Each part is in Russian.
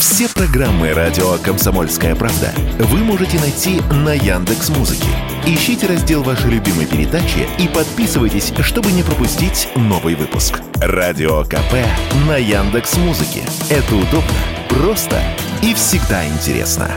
Все программы радио «Комсомольская правда» вы можете найти на Яндекс.Музыке. Ищите раздел вашей любимой передачи и подписывайтесь, чтобы не пропустить новый выпуск. Радио КП на Яндекс.Музыке. Это удобно, просто и всегда интересно.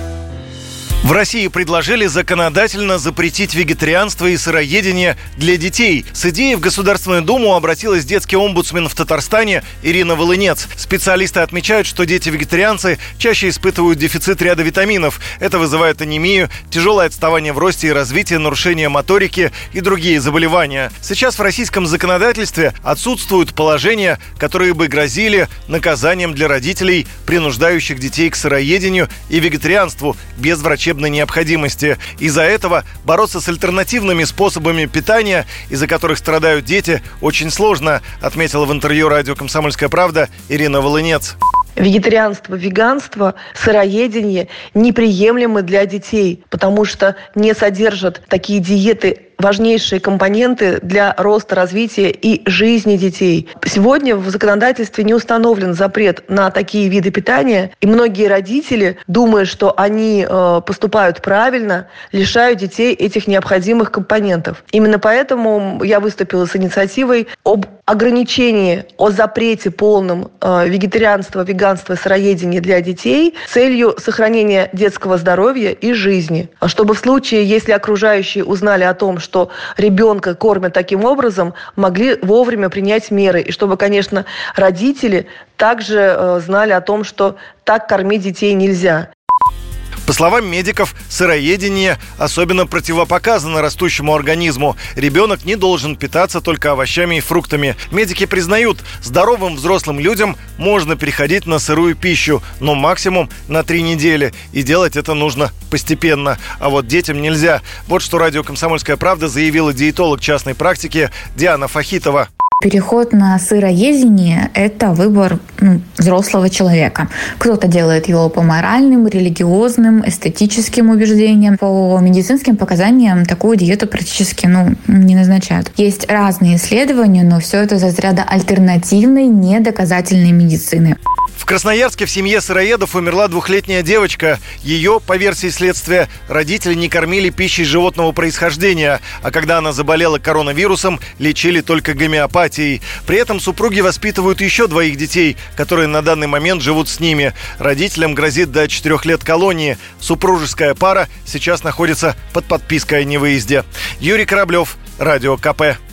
В России предложили законодательно запретить вегетарианство и сыроедение для детей. С идеей в Государственную Думу обратилась детский омбудсмен в Татарстане Ирина Волынец. Специалисты отмечают, что дети-вегетарианцы чаще испытывают дефицит ряда витаминов. Это вызывает анемию, тяжелое отставание в росте и развитии, нарушение моторики и другие заболевания. Сейчас в российском законодательстве отсутствуют положения, которые бы грозили наказанием для родителей, принуждающих детей к сыроедению и вегетарианству без врачебной необходимости. Из-за этого бороться с альтернативными способами питания, из-за которых страдают дети, очень сложно, отметила в интервью радио «Комсомольская правда» Ирина Волынец. Вегетарианство, веганство, сыроедение неприемлемы для детей, потому что не содержат такие диеты важнейшие компоненты для роста, развития и жизни детей. Сегодня в законодательстве не установлен запрет на такие виды питания, и многие родители, думая, что они поступают правильно, лишают детей этих необходимых компонентов. Именно поэтому я выступила с инициативой об ограничении, о запрете полном вегетарианства, веганства и сыроедения для детей с целью сохранения детского здоровья и жизни. Чтобы в случае, если окружающие узнали о том, что ребенка кормят таким образом, могли вовремя принять меры. И чтобы, конечно, родители также знали о том, что так кормить детей нельзя. По словам медиков, сыроедение особенно противопоказано растущему организму. Ребенок не должен питаться только овощами и фруктами. Медики признают, здоровым взрослым людям можно переходить на сырую пищу, но максимум на 3 недели. И делать это нужно постепенно. А вот детям нельзя. Вот что радио «Комсомольская правда» заявила диетолог частной практики Диана Фахитова. Переход на сыроедение – это выбор взрослого человека. Кто-то делает его по моральным, религиозным, эстетическим убеждениям. По медицинским показаниям такую диету практически не назначают. Есть разные исследования, но все это из разряда альтернативной, недоказательной медицины. В Красноярске в семье сыроедов умерла 2-летняя девочка. Ее, по версии следствия, родители не кормили пищей животного происхождения, а когда она заболела коронавирусом, лечили только гомеопатией. При этом супруги воспитывают еще 2 детей, которые на данный момент живут с ними. Родителям грозит до 4 лет колонии. Супружеская пара сейчас находится под подпиской о невыезде. Юрий Кораблев, Радио КП.